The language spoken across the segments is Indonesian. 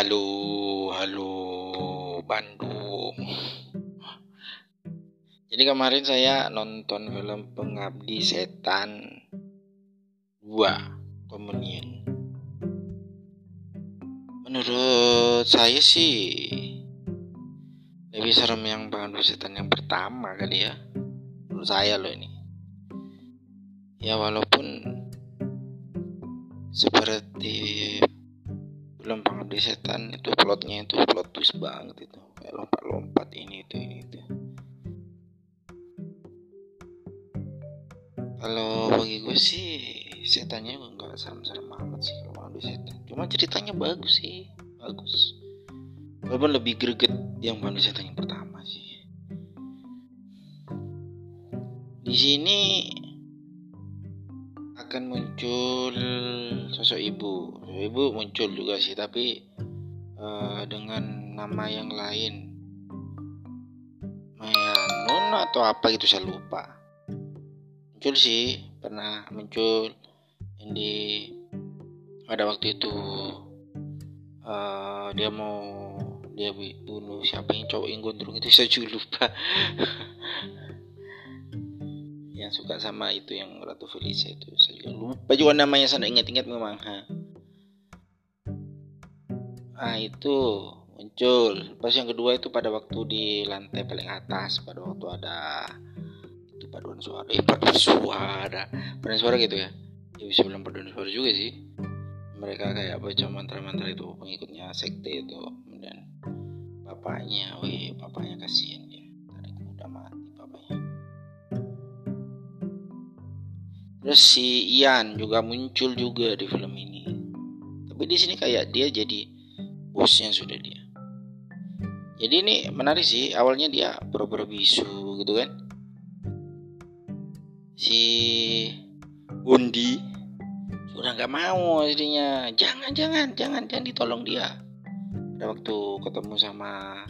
Halo, halo Bandung. Jadi kemarin saya nonton film Pengabdi Setan 2 Communion. Menurut saya sih lebih serem yang Pengabdi Setan yang pertama kali ya. Menurut saya loh ini. Ya walaupun seperti film Pengabdi Setan itu plotnya itu plot twist banget itu. Kayak lompat-lompat ini itu. Kalau bagi gue sih setannya nggak serem-serem amat sih kalau Pengabdi Setan. Cuma ceritanya bagus sih, bagus. Walaupun lebih greget yang Pengabdi Setan yang pertama sih. Di sini akan muncul sosok ibu. Sosok ibu muncul juga sih, tapi dengan nama yang lain. Maya Nun atau apa gitu saya lupa. Muncul sih, pernah muncul di pada waktu itu dia bunuh siapa yang cowok yang gondrong itu saya juga lupa. Yang suka sama itu yang Ratu Felisa itu saya juga lupa juga namanya, saya ingat-ingat memang. Itu muncul. Pas yang kedua itu pada waktu di lantai paling atas, pada waktu ada itu paduan suara gitu ya. Ya bisa bilang paduan suara juga sih. Mereka kayak baca mantra-mantra itu, pengikutnya sekte itu. Kemudian bapaknya kasihan dia, tadi udah mati bapaknya. Terus si Ian juga muncul juga di film ini, tapi di sini kayak dia jadi bosnya sudah dia. Jadi ini menarik sih, awalnya dia pura-pura bisu gitu kan, si Undi sudah nggak mau jadinya, jangan ditolong dia. Pada waktu ketemu sama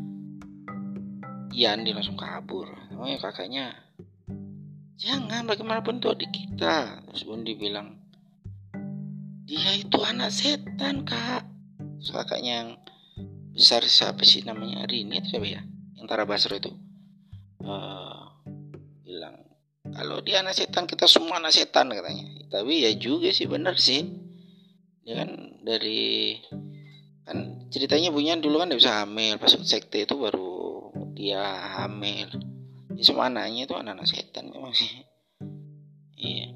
Ian dia langsung kabur. Ya kakaknya, jangan, bagaimanapun itu adik kita. Terus Undi bilang, dia itu anak setan kak. Terus kakaknya yang besar siapa sih namanya, Rini atau siapa ya, yang Tara Basro itu bilang kalau dia anak setan kita semua anak setan katanya. Tapi ya juga sih, benar sih. Dia kan dari kan ceritanya bunyian dulu kan dia bisa hamil, pas sekte itu baru dia hamil. Jadi semua anaknya itu anak-anak setan memang sih. Iya.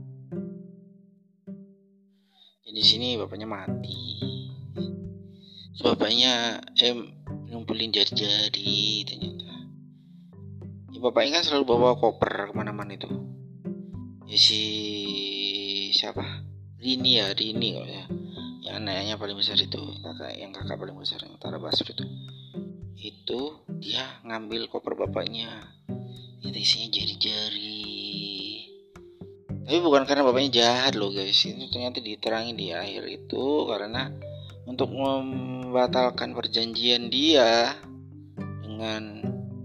Jadi di sini bapaknya mati. So, bapaknya ngumpulin jari-jari ternyata. Ya, bapaknya kan selalu bawa koper kemana-mana itu. Ya si siapa? Rini kalau ya. Yang anaknya paling besar itu, kakak paling besar yang Tara Basro itu dia ngambil koper bapaknya. Itu isinya jari-jari. Tapi bukan karena bapaknya jahat loh guys. Itu ternyata diterangin di akhir itu karena untuk membatalkan perjanjian dia dengan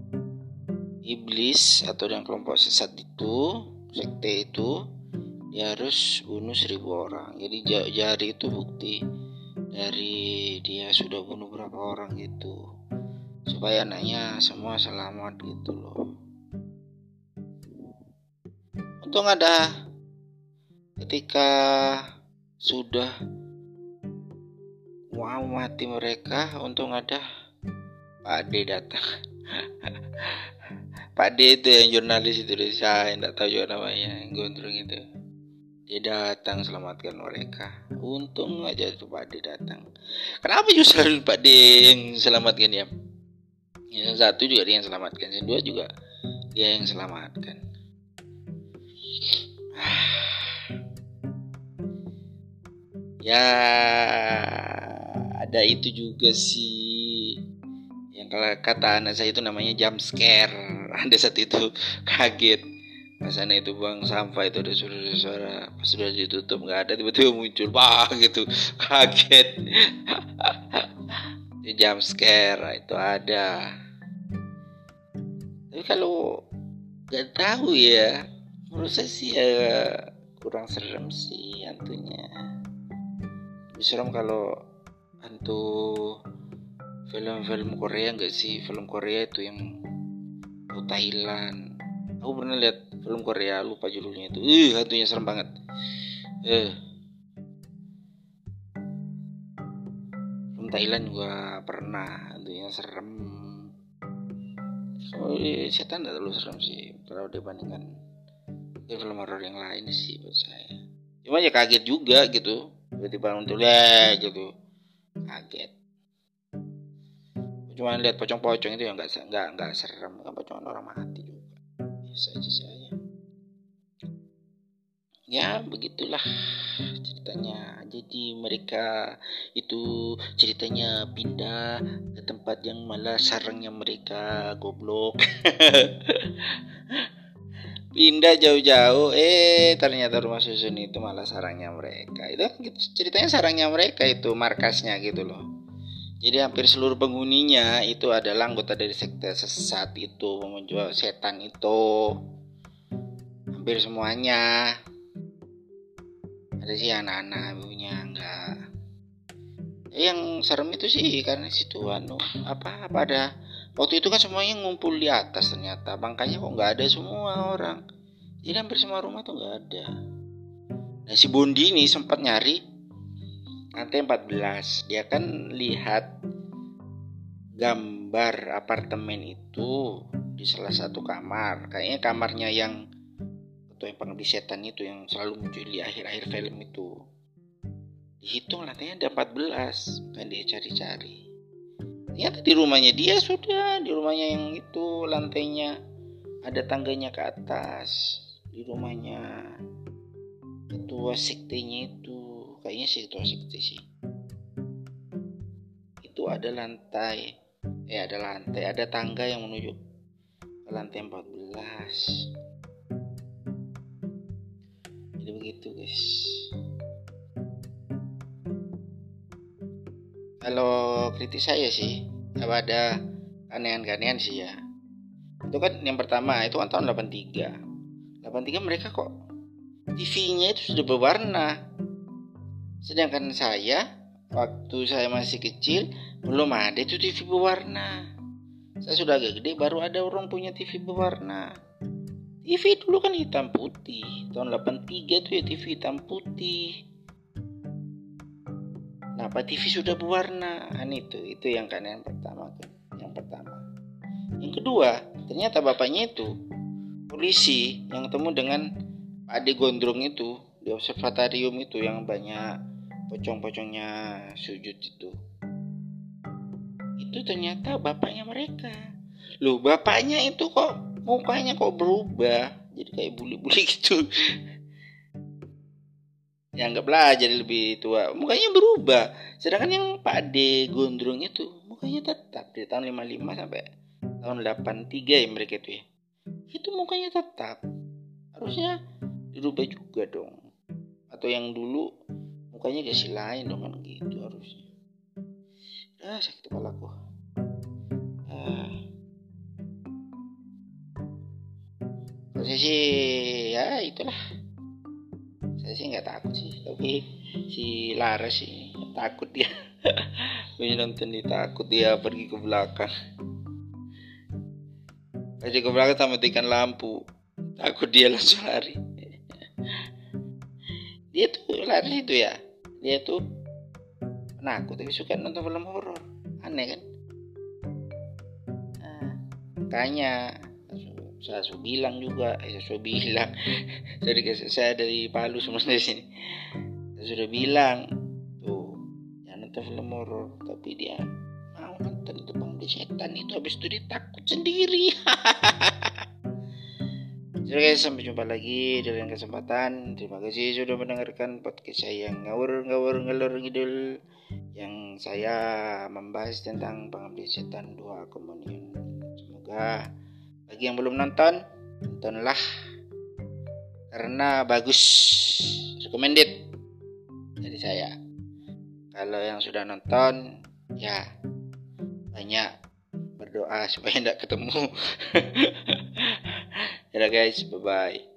iblis atau dengan kelompok sesat itu, sekte itu, dia harus bunuh 1000 orang. Jadi jari itu bukti dari dia sudah bunuh berapa orang gitu, supaya anaknya semua selamat gitu loh. Untung ada ketika sudah mau mati mereka, untung ada Pak D datang. Pak D itu yang jurnalis itu, saya enggak tahu juga namanya, yang gondrong itu. Dia datang selamatkan mereka. Untung aja tuh Pak D datang. Kenapa justru Pak D yang selamatkan ya? Yang satu juga dia yang selamatkan, yang dua juga dia yang selamatkan. Ya ada itu juga sih, yang kalau kata anak saya itu namanya jump scare. Ada saat itu kaget pas anak itu buang sampah itu ada suara-suara, pas sudah ditutup nggak ada, tiba-tiba muncul gitu, kaget. Itu jump scare itu ada. Tapi kalau nggak tahu ya, menurut saya sih kurang serem sih hantunya. Lebih serem kalau hantu film-film Korea nggak sih? Film Korea itu yang Thailand. Aku pernah lihat film Korea, lupa judulnya itu. Hantunya serem banget. Film Thailand juga pernah, hantunya serem. Setan tidak terlalu serem sih kalau dibandingkan film horor yang lain sih buat saya. Cuma ya kaget juga gitu, tiba-tiba muncul gitu, kaget. Cuma lihat pocong-pocong itu ya nggak serem, kan pocong orang mati juga, biasa aja saya. Ya begitulah ceritanya. Jadi mereka itu ceritanya pindah ke tempat yang malah sarangnya mereka goblok. Pindah jauh-jauh, ternyata rumah susun itu malah sarangnya mereka. Itu ceritanya sarangnya mereka itu markasnya gitu loh. Jadi hampir seluruh penghuninya itu adalah anggota dari sekte sesat itu, menjual setan itu. Hampir semuanya. Ada sih anak-anak ibunya enggak. Yang serem itu sih karena situ apa ada waktu itu kan semuanya ngumpul di atas, ternyata bangkanya kok nggak ada semua orang. Jadi hampir semua rumah tuh nggak ada. Nah si Bondi ini sempat nyari lantai 14. Dia kan lihat gambar apartemen itu di salah satu kamar. Kayaknya kamarnya yang atau yang pengabdi setan itu yang selalu muncul di akhir-akhir film itu. Dihitung lantainya ada 14. Kan dia cari-cari. Ternyata di rumahnya dia sudah, di rumahnya yang itu lantainya ada tangganya ke atas. Di rumahnya ketua sektenya itu, kayaknya sih ketua sekte sih. Itu ada ada tangga yang menuju ke lantai 14. Jadi begitu guys. Kalau kritis saya sih, apa ada keanehan-keanehan sih ya. Itu kan yang pertama, itu kan tahun 83. 83 mereka kok TV-nya itu sudah berwarna. Sedangkan saya, waktu saya masih kecil, belum ada itu TV berwarna. Saya sudah agak gede, baru ada orang punya TV berwarna. TV dulu kan hitam putih. Tahun 83 tuh ya TV hitam putih. Kenapa TV sudah berwarna? Itu yang keanehan pertama. Yang kedua, ternyata bapaknya itu polisi yang ketemu dengan Pak Ade Gondrong itu di observatorium itu yang banyak pocong-pocongnya sujud itu. Itu ternyata bapaknya mereka. Loh, bapaknya itu kok mukanya kok berubah, jadi kayak buli-buli gitu. Ya anggaplah jadi lebih tua, mukanya berubah. Sedangkan yang Pak Ade Gondrong itu mukanya tetap dari tahun 55 sampai tahun 83 ya mereka itu ya. Itu mukanya tetap. Harusnya dirubah juga dong. Atau yang dulu mukanya kasih lain dong kan gitu harusnya. Sakit kepalaku. Kalau saya sih ya itulah. Saya sih nggak takut sih, tapi si Laras sih takut dia. Punya nonton dia takut, dia pergi ke belakang. Pergi ke belakang sama matikan lampu, takut dia langsung lari. Dia tuh lari itu ya, dia tuh penakut tapi suka nonton film horor, aneh kan? Makanya saya bilang juga, saya dari Palu sebenarnya di sini. Saya sudah bilang tuh jangan nonton film horor, tapi dia mau nonton itu pengabdi setan itu, habis itu dia takut sendiri. Oke guys, sampai jumpa lagi di lain kesempatan. Terima kasih sudah mendengarkan podcast saya yang ngawur ngalor ngidul, yang saya membahas tentang pengabdi setan 2 Komunion. Semoga bagi yang belum nonton, tontonlah karena bagus, recommended dari saya. Kalau yang sudah nonton, ya banyak berdoa supaya tidak ketemu. Ya guys, bye bye.